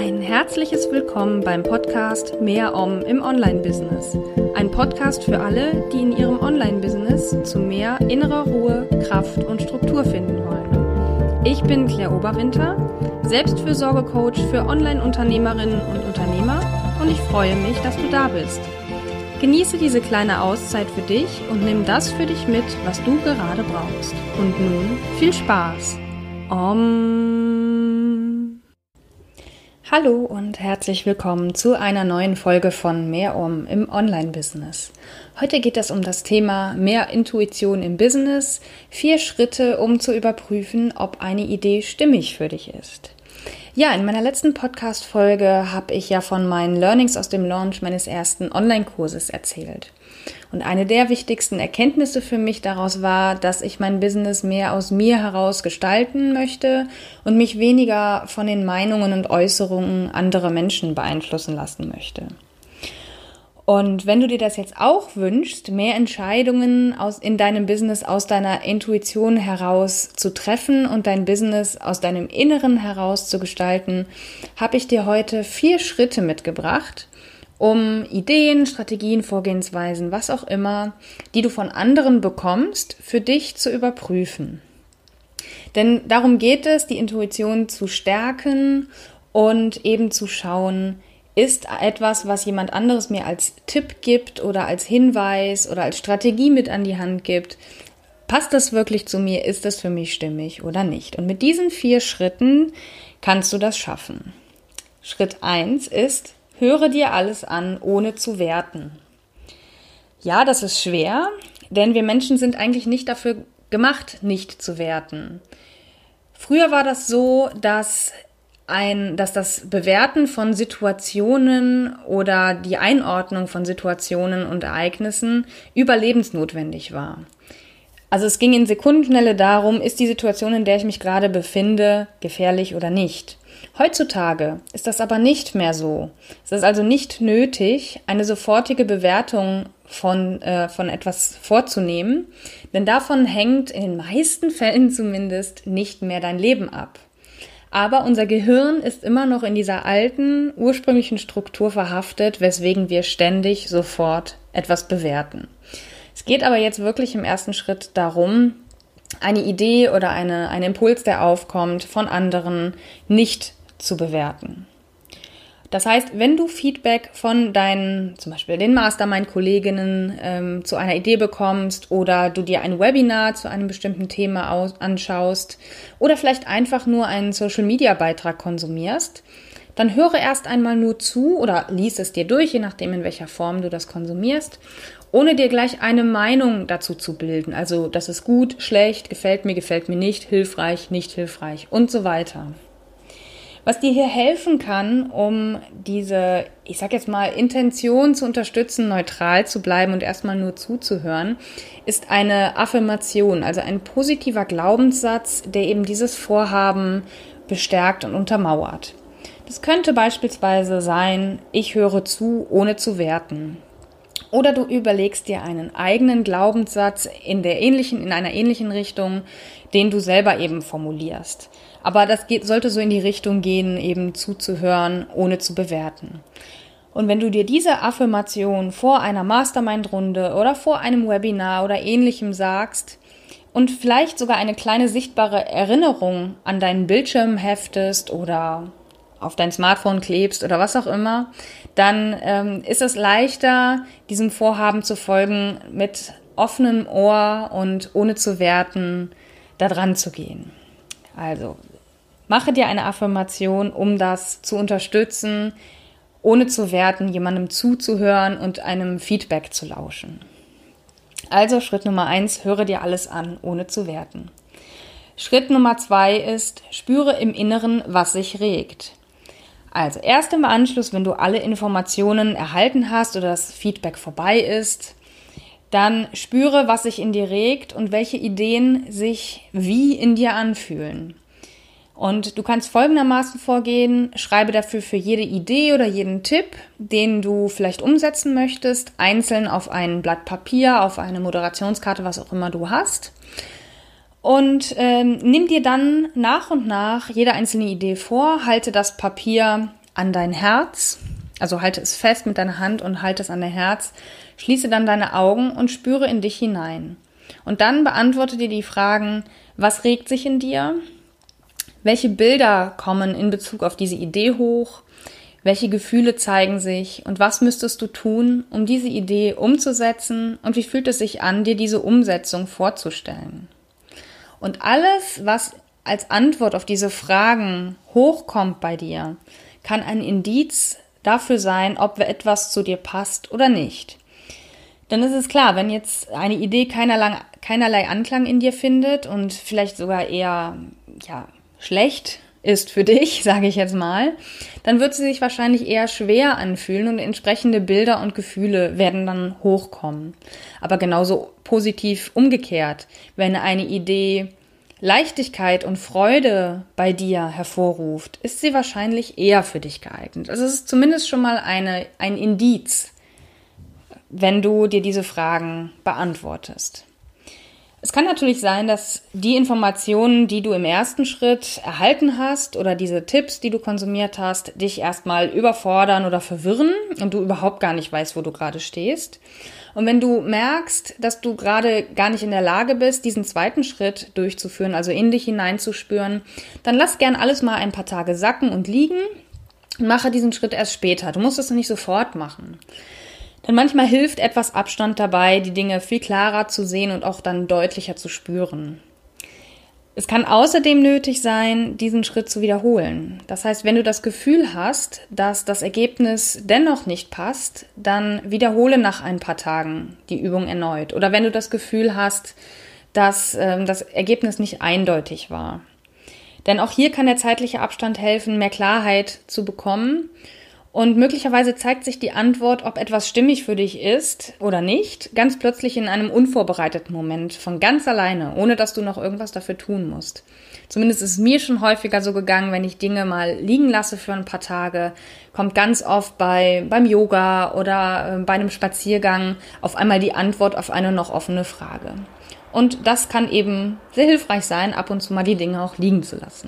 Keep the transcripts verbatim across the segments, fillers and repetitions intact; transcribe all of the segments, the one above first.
Ein herzliches Willkommen beim Podcast Mehr Om im Online-Business. Ein Podcast für alle, die in ihrem Online-Business zu mehr innerer Ruhe, Kraft und Struktur finden wollen. Ich bin Claire Oberwinter, Selbstfürsorge-Coach für Online-Unternehmerinnen und Unternehmer und ich freue mich, dass du da bist. Genieße diese kleine Auszeit für dich und nimm das für dich mit, was du gerade brauchst. Und nun viel Spaß! Om. Hallo und herzlich willkommen zu einer neuen Folge von Mehr Om im Online-Business. Heute geht es um das Thema mehr Intuition im Business, vier Schritte, um zu überprüfen, ob eine Idee stimmig für dich ist. Ja, in meiner letzten Podcast-Folge habe ich ja von meinen Learnings aus dem Launch meines ersten Online-Kurses erzählt. Und eine der wichtigsten Erkenntnisse für mich daraus war, dass ich mein Business mehr aus mir heraus gestalten möchte und mich weniger von den Meinungen und Äußerungen anderer Menschen beeinflussen lassen möchte. Und wenn du dir das jetzt auch wünschst, mehr Entscheidungen aus, in deinem Business aus deiner Intuition heraus zu treffen und dein Business aus deinem Inneren heraus zu gestalten, habe ich dir heute vier Schritte mitgebracht, um Ideen, Strategien, Vorgehensweisen, was auch immer, die du von anderen bekommst, für dich zu überprüfen. Denn darum geht es, die Intuition zu stärken und eben zu schauen, ist etwas, was jemand anderes mir als Tipp gibt oder als Hinweis oder als Strategie mit an die Hand gibt, passt das wirklich zu mir, ist das für mich stimmig oder nicht? Und mit diesen vier Schritten kannst du das schaffen. Schritt eins ist, höre dir alles an, ohne zu werten. Ja, das ist schwer, denn wir Menschen sind eigentlich nicht dafür gemacht, nicht zu werten. Früher war das so, dass Ein, dass das Bewerten von Situationen oder die Einordnung von Situationen und Ereignissen überlebensnotwendig war. Also es ging in Sekundenschnelle darum, ist die Situation, in der ich mich gerade befinde, gefährlich oder nicht. Heutzutage ist das aber nicht mehr so. Es ist also nicht nötig, eine sofortige Bewertung von, äh, von etwas vorzunehmen, denn davon hängt in den meisten Fällen zumindest nicht mehr dein Leben ab. Aber unser Gehirn ist immer noch in dieser alten, ursprünglichen Struktur verhaftet, weswegen wir ständig sofort etwas bewerten. Es geht aber jetzt wirklich im ersten Schritt darum, eine Idee oder eine, ein Impuls, der aufkommt, von anderen nicht zu bewerten. Das heißt, wenn du Feedback von deinen, zum Beispiel den Mastermind-Kolleginnen ähm, zu einer Idee bekommst oder du dir ein Webinar zu einem bestimmten Thema aus, anschaust oder vielleicht einfach nur einen Social-Media-Beitrag konsumierst, dann höre erst einmal nur zu oder lies es dir durch, je nachdem in welcher Form du das konsumierst, ohne dir gleich eine Meinung dazu zu bilden. Also das ist gut, schlecht, gefällt mir, gefällt mir nicht, hilfreich, nicht hilfreich und so weiter. Was dir hier helfen kann, um diese, ich sag jetzt mal, Intention zu unterstützen, neutral zu bleiben und erstmal nur zuzuhören, ist eine Affirmation, also ein positiver Glaubenssatz, der eben dieses Vorhaben bestärkt und untermauert. Das könnte beispielsweise sein, ich höre zu, ohne zu werten. Oder du überlegst dir einen eigenen Glaubenssatz in der ähnlichen, in einer ähnlichen Richtung, den du selber eben formulierst. Aber das geht, sollte so in die Richtung gehen, eben zuzuhören, ohne zu bewerten. Und wenn du dir diese Affirmation vor einer Mastermind-Runde oder vor einem Webinar oder Ähnlichem sagst und vielleicht sogar eine kleine sichtbare Erinnerung an deinen Bildschirm heftest oder auf dein Smartphone klebst oder was auch immer, dann ähm, ist es leichter, diesem Vorhaben zu folgen, mit offenem Ohr und ohne zu werten, da dran zu gehen. Also, mache dir eine Affirmation, um das zu unterstützen, ohne zu werten, jemandem zuzuhören und einem Feedback zu lauschen. Also Schritt Nummer eins, höre dir alles an, ohne zu werten. Schritt Nummer zwei ist, spüre im Inneren, was sich regt. Also erst im Anschluss, wenn du alle Informationen erhalten hast oder das Feedback vorbei ist, dann spüre, was sich in dir regt und welche Ideen sich wie in dir anfühlen. Und du kannst folgendermaßen vorgehen, schreibe dafür für jede Idee oder jeden Tipp, den du vielleicht umsetzen möchtest, einzeln auf ein Blatt Papier, auf eine Moderationskarte, was auch immer du hast. Und ähm, nimm dir dann nach und nach jede einzelne Idee vor, halte das Papier an dein Herz, also halte es fest mit deiner Hand und halte es an dein Herz, schließe dann deine Augen und spüre in dich hinein. Und dann beantworte dir die Fragen, was regt sich in dir? Welche Bilder kommen in Bezug auf diese Idee hoch? Welche Gefühle zeigen sich? Und was müsstest du tun, um diese Idee umzusetzen? Und wie fühlt es sich an, dir diese Umsetzung vorzustellen? Und alles, was als Antwort auf diese Fragen hochkommt bei dir, kann ein Indiz dafür sein, ob etwas zu dir passt oder nicht. Dann ist es klar, wenn jetzt eine Idee keinerlei, keinerlei Anklang in dir findet und vielleicht sogar eher ja, schlecht ist für dich, sage ich jetzt mal, dann wird sie sich wahrscheinlich eher schwer anfühlen und entsprechende Bilder und Gefühle werden dann hochkommen. Aber genauso positiv umgekehrt, wenn eine Idee Leichtigkeit und Freude bei dir hervorruft, ist sie wahrscheinlich eher für dich geeignet. Also es ist zumindest schon mal eine, ein Indiz, wenn du dir diese Fragen beantwortest. Es kann natürlich sein, dass die Informationen, die du im ersten Schritt erhalten hast oder diese Tipps, die du konsumiert hast, dich erstmal überfordern oder verwirren und du überhaupt gar nicht weißt, wo du gerade stehst. Und wenn du merkst, dass du gerade gar nicht in der Lage bist, diesen zweiten Schritt durchzuführen, also in dich hineinzuspüren, dann lass gern alles mal ein paar Tage sacken und liegen und mache diesen Schritt erst später. Du musst es nicht sofort machen. Denn manchmal hilft etwas Abstand dabei, die Dinge viel klarer zu sehen und auch dann deutlicher zu spüren. Es kann außerdem nötig sein, diesen Schritt zu wiederholen. Das heißt, wenn du das Gefühl hast, dass das Ergebnis dennoch nicht passt, dann wiederhole nach ein paar Tagen die Übung erneut. Oder wenn du das Gefühl hast, dass ähm, das Ergebnis nicht eindeutig war. Denn auch hier kann der zeitliche Abstand helfen, mehr Klarheit zu bekommen. Und möglicherweise zeigt sich die Antwort, ob etwas stimmig für dich ist oder nicht, ganz plötzlich in einem unvorbereiteten Moment, von ganz alleine, ohne dass du noch irgendwas dafür tun musst. Zumindest ist es mir schon häufiger so gegangen, wenn ich Dinge mal liegen lasse für ein paar Tage, kommt ganz oft bei beim Yoga oder äh, bei einem Spaziergang auf einmal die Antwort auf eine noch offene Frage. Und das kann eben sehr hilfreich sein, ab und zu mal die Dinge auch liegen zu lassen.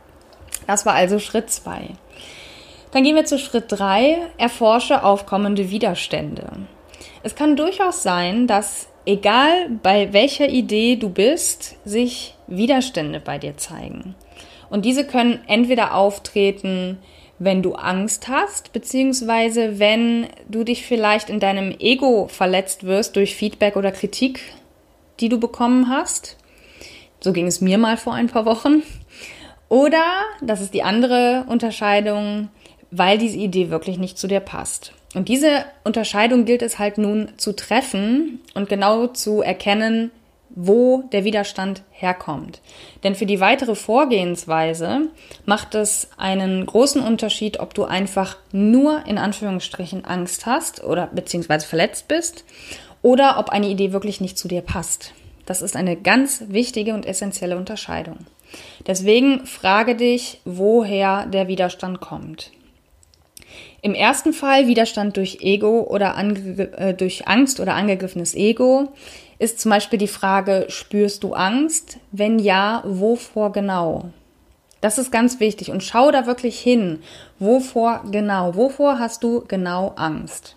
Das war also Schritt zwei. Dann gehen wir zu Schritt drei, erforsche aufkommende Widerstände. Es kann durchaus sein, dass egal bei welcher Idee du bist, sich Widerstände bei dir zeigen. Und diese können entweder auftreten, wenn du Angst hast, beziehungsweise wenn du dich vielleicht in deinem Ego verletzt wirst durch Feedback oder Kritik, die du bekommen hast. So ging es mir mal vor ein paar Wochen. Oder, das ist die andere Unterscheidung, weil diese Idee wirklich nicht zu dir passt. Und diese Unterscheidung gilt es halt nun zu treffen und genau zu erkennen, wo der Widerstand herkommt. Denn für die weitere Vorgehensweise macht es einen großen Unterschied, ob du einfach nur in Anführungsstrichen Angst hast oder beziehungsweise verletzt bist oder ob eine Idee wirklich nicht zu dir passt. Das ist eine ganz wichtige und essentielle Unterscheidung. Deswegen frage dich, woher der Widerstand kommt. Im ersten Fall Widerstand durch Ego oder ange- äh, durch Angst oder angegriffenes Ego ist zum Beispiel die Frage, spürst du Angst? Wenn ja, wovor genau? Das ist ganz wichtig und schau da wirklich hin, wovor genau, wovor hast du genau Angst?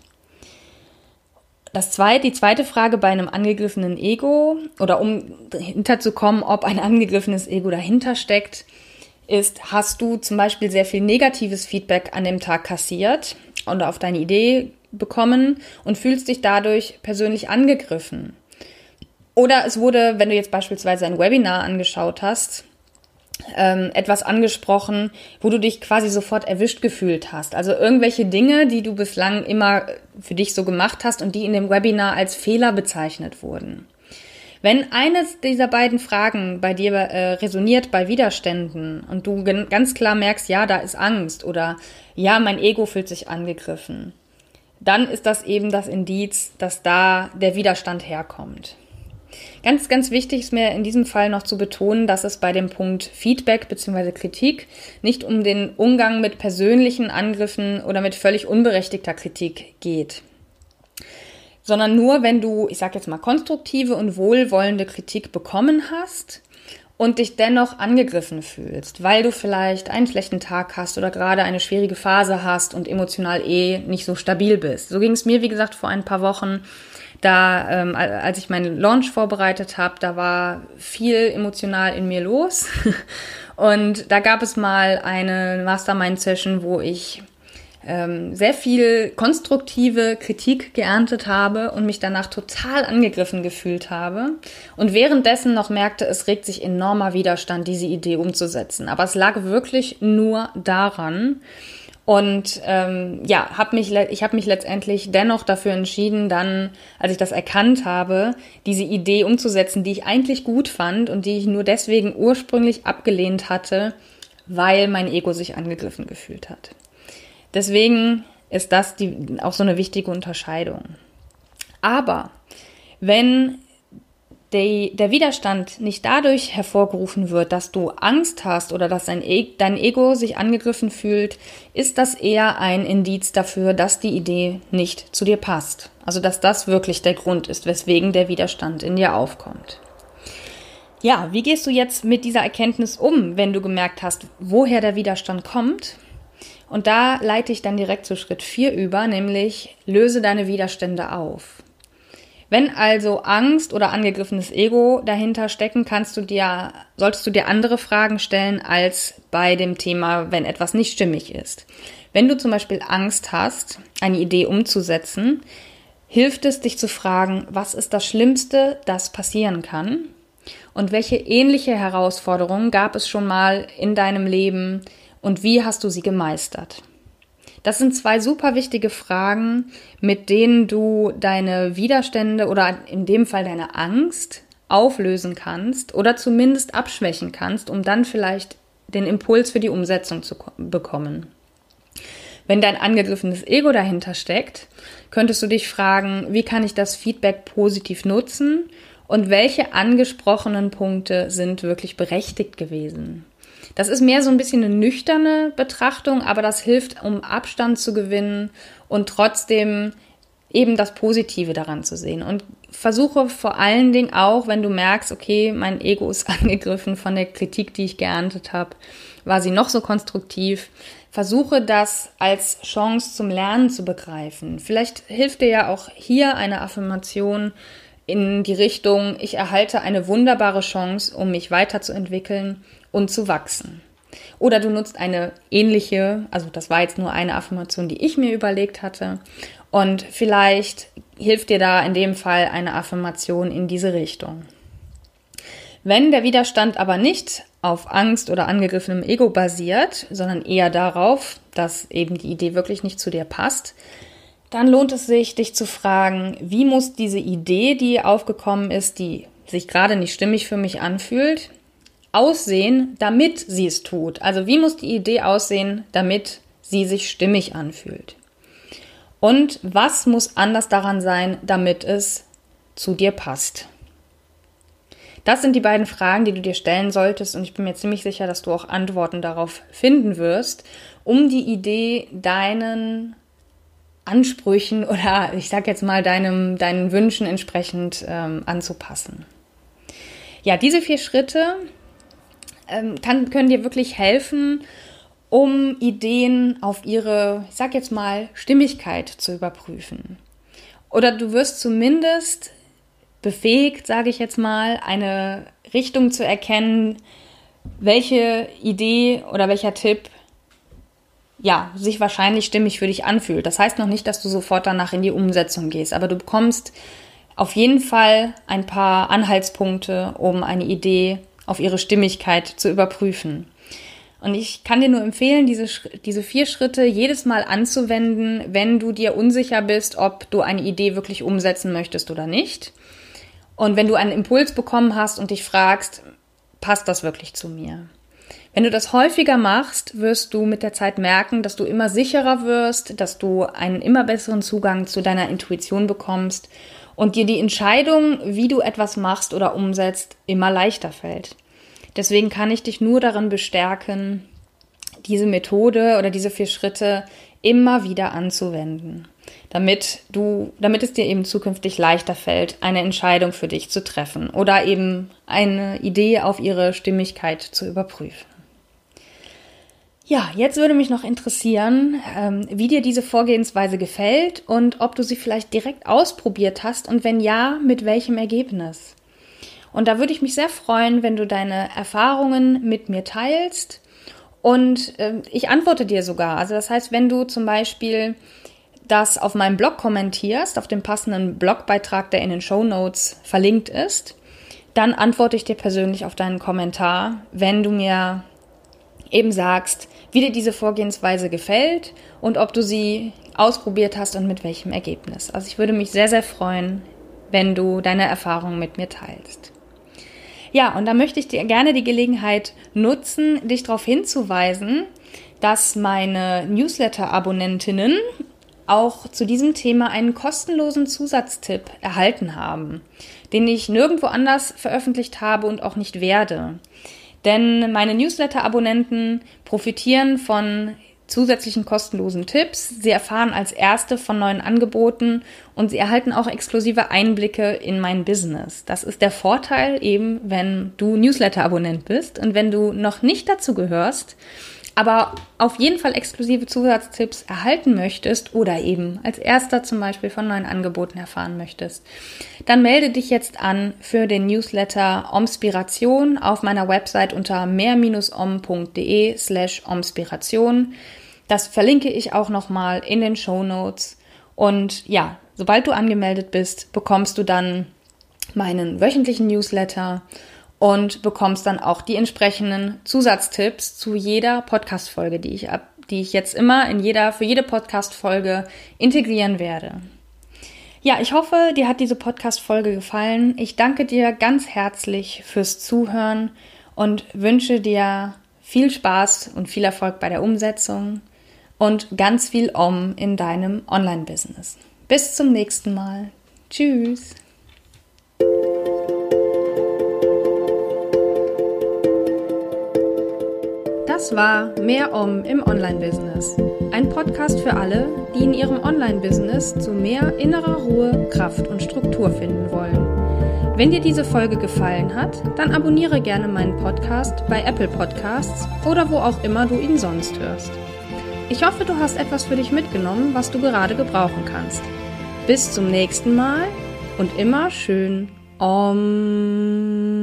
Das zweite, die zweite Frage bei einem angegriffenen Ego oder um hinterzukommen, ob ein angegriffenes Ego dahinter steckt, ist, hast du zum Beispiel sehr viel negatives Feedback an dem Tag kassiert und auf deine Idee bekommen und fühlst dich dadurch persönlich angegriffen. Oder es wurde, wenn du jetzt beispielsweise ein Webinar angeschaut hast, ähm, etwas angesprochen, wo du dich quasi sofort erwischt gefühlt hast. Also irgendwelche Dinge, die du bislang immer für dich so gemacht hast und die in dem Webinar als Fehler bezeichnet wurden. Wenn eines dieser beiden Fragen bei dir äh, resoniert bei Widerständen und du gen- ganz klar merkst, ja, da ist Angst oder ja, mein Ego fühlt sich angegriffen, dann ist das eben das Indiz, dass da der Widerstand herkommt. Ganz, ganz wichtig ist mir in diesem Fall noch zu betonen, dass es bei dem Punkt Feedback bzw. Kritik nicht um den Umgang mit persönlichen Angriffen oder mit völlig unberechtigter Kritik geht, sondern nur, wenn du, ich sage jetzt mal, konstruktive und wohlwollende Kritik bekommen hast und dich dennoch angegriffen fühlst, weil du vielleicht einen schlechten Tag hast oder gerade eine schwierige Phase hast und emotional eh nicht so stabil bist. So ging es mir, wie gesagt, vor ein paar Wochen. Da, ähm, als ich meinen Launch vorbereitet habe, da war viel emotional in mir los. Und da gab es mal eine Mastermind-Session, wo ich ähm, sehr viel konstruktive Kritik geerntet habe und mich danach total angegriffen gefühlt habe. Und währenddessen noch merkte, es regt sich enormer Widerstand, diese Idee umzusetzen. Aber es lag wirklich nur daran. Und ähm, ja, hab mich, ich habe mich letztendlich dennoch dafür entschieden, dann, als ich das erkannt habe, diese Idee umzusetzen, die ich eigentlich gut fand und die ich nur deswegen ursprünglich abgelehnt hatte, weil mein Ego sich angegriffen gefühlt hat. Deswegen ist das die, auch so eine wichtige Unterscheidung. Aber wenn Die, der Widerstand nicht dadurch hervorgerufen wird, dass du Angst hast oder dass dein, e- dein Ego sich angegriffen fühlt, ist das eher ein Indiz dafür, dass die Idee nicht zu dir passt. Also dass das wirklich der Grund ist, weswegen der Widerstand in dir aufkommt. Ja, wie gehst du jetzt mit dieser Erkenntnis um, wenn du gemerkt hast, woher der Widerstand kommt? Und da leite ich dann direkt zu Schritt vier über, nämlich löse deine Widerstände auf. Wenn also Angst oder angegriffenes Ego dahinter stecken, kannst du dir, solltest du dir andere Fragen stellen als bei dem Thema, wenn etwas nicht stimmig ist. Wenn du zum Beispiel Angst hast, eine Idee umzusetzen, hilft es, dich zu fragen, was ist das Schlimmste, das passieren kann? Und welche ähnliche Herausforderungen gab es schon mal in deinem Leben und wie hast du sie gemeistert? Das sind zwei super wichtige Fragen, mit denen du deine Widerstände oder in dem Fall deine Angst auflösen kannst oder zumindest abschwächen kannst, um dann vielleicht den Impuls für die Umsetzung zu bekommen. Wenn dein angegriffenes Ego dahinter steckt, könntest du dich fragen, wie kann ich das Feedback positiv nutzen und welche angesprochenen Punkte sind wirklich berechtigt gewesen? Das ist mehr so ein bisschen eine nüchterne Betrachtung, aber das hilft, um Abstand zu gewinnen und trotzdem eben das Positive daran zu sehen. Und versuche vor allen Dingen auch, wenn du merkst, okay, mein Ego ist angegriffen von der Kritik, die ich geerntet habe, war sie noch so konstruktiv, versuche das als Chance zum Lernen zu begreifen. Vielleicht hilft dir ja auch hier eine Affirmation in die Richtung, ich erhalte eine wunderbare Chance, um mich weiterzuentwickeln und zu wachsen. Oder du nutzt eine ähnliche, also das war jetzt nur eine Affirmation, die ich mir überlegt hatte. Und vielleicht hilft dir da in dem Fall eine Affirmation in diese Richtung. Wenn der Widerstand aber nicht auf Angst oder angegriffenem Ego basiert, sondern eher darauf, dass eben die Idee wirklich nicht zu dir passt, dann lohnt es sich, dich zu fragen, wie muss diese Idee, die aufgekommen ist, die sich gerade nicht stimmig für mich anfühlt, aussehen, damit sie es tut. Also wie muss die Idee aussehen, damit sie sich stimmig anfühlt? Und was muss anders daran sein, damit es zu dir passt? Das sind die beiden Fragen, die du dir stellen solltest und ich bin mir ziemlich sicher, dass du auch Antworten darauf finden wirst, um die Idee deinen Ansprüchen oder ich sag jetzt mal deinem, deinen Wünschen entsprechend ähm, anzupassen. Ja, diese vier Schritte ähm, kann, können dir wirklich helfen, um Ideen auf ihre, ich sag jetzt mal, Stimmigkeit zu überprüfen. Oder du wirst zumindest befähigt, sage ich jetzt mal, eine Richtung zu erkennen, welche Idee oder welcher Tipp ja, sich wahrscheinlich stimmig für dich anfühlt. Das heißt noch nicht, dass du sofort danach in die Umsetzung gehst, aber du bekommst auf jeden Fall ein paar Anhaltspunkte, um eine Idee auf ihre Stimmigkeit zu überprüfen. Und ich kann dir nur empfehlen, diese, diese vier Schritte jedes Mal anzuwenden, wenn du dir unsicher bist, ob du eine Idee wirklich umsetzen möchtest oder nicht. Und wenn du einen Impuls bekommen hast und dich fragst, passt das wirklich zu mir? Wenn du das häufiger machst, wirst du mit der Zeit merken, dass du immer sicherer wirst, dass du einen immer besseren Zugang zu deiner Intuition bekommst und dir die Entscheidung, wie du etwas machst oder umsetzt, immer leichter fällt. Deswegen kann ich dich nur darin bestärken, diese Methode oder diese vier Schritte immer wieder anzuwenden. damit du, damit es dir eben zukünftig leichter fällt, eine Entscheidung für dich zu treffen oder eben eine Idee auf ihre Stimmigkeit zu überprüfen. Ja, jetzt würde mich noch interessieren, ähm, wie dir diese Vorgehensweise gefällt und ob du sie vielleicht direkt ausprobiert hast und wenn ja, mit welchem Ergebnis. Und da würde ich mich sehr freuen, wenn du deine Erfahrungen mit mir teilst und äh, ich antworte dir sogar. Also das heißt, wenn du zum Beispiel das auf meinem Blog kommentierst, auf dem passenden Blogbeitrag, der in den Shownotes verlinkt ist, dann antworte ich dir persönlich auf deinen Kommentar, wenn du mir eben sagst, wie dir diese Vorgehensweise gefällt und ob du sie ausprobiert hast und mit welchem Ergebnis. Also ich würde mich sehr, sehr freuen, wenn du deine Erfahrungen mit mir teilst. Ja, und da möchte ich dir gerne die Gelegenheit nutzen, dich darauf hinzuweisen, dass meine Newsletter-Abonnentinnen auch zu diesem Thema einen kostenlosen Zusatztipp erhalten haben, den ich nirgendwo anders veröffentlicht habe und auch nicht werde. Denn meine Newsletter-Abonnenten profitieren von zusätzlichen kostenlosen Tipps. Sie erfahren als Erste von neuen Angeboten und sie erhalten auch exklusive Einblicke in mein Business. Das ist der Vorteil eben, wenn du Newsletter-Abonnent bist und wenn du noch nicht dazu gehörst, aber auf jeden Fall exklusive Zusatztipps erhalten möchtest oder eben als Erster zum Beispiel von neuen Angeboten erfahren möchtest, dann melde dich jetzt an für den Newsletter Omspiration auf meiner Website unter mehr-om.de slash Omspiration. Das verlinke ich auch nochmal in den Shownotes. Und ja, sobald du angemeldet bist, bekommst du dann meinen wöchentlichen Newsletter und bekommst dann auch die entsprechenden Zusatztipps zu jeder Podcast-Folge, die ich ab, die ich jetzt immer in jeder, für jede Podcast-Folge integrieren werde. Ja, ich hoffe, dir hat diese Podcast-Folge gefallen. Ich danke dir ganz herzlich fürs Zuhören und wünsche dir viel Spaß und viel Erfolg bei der Umsetzung und ganz viel Om in deinem Online-Business. Bis zum nächsten Mal. Tschüss. Das war Mehr Om im Online-Business. Ein Podcast für alle, die in ihrem Online-Business zu mehr innerer Ruhe, Kraft und Struktur finden wollen. Wenn dir diese Folge gefallen hat, dann abonniere gerne meinen Podcast bei Apple Podcasts oder wo auch immer du ihn sonst hörst. Ich hoffe, du hast etwas für dich mitgenommen, was du gerade gebrauchen kannst. Bis zum nächsten Mal und immer schön Om.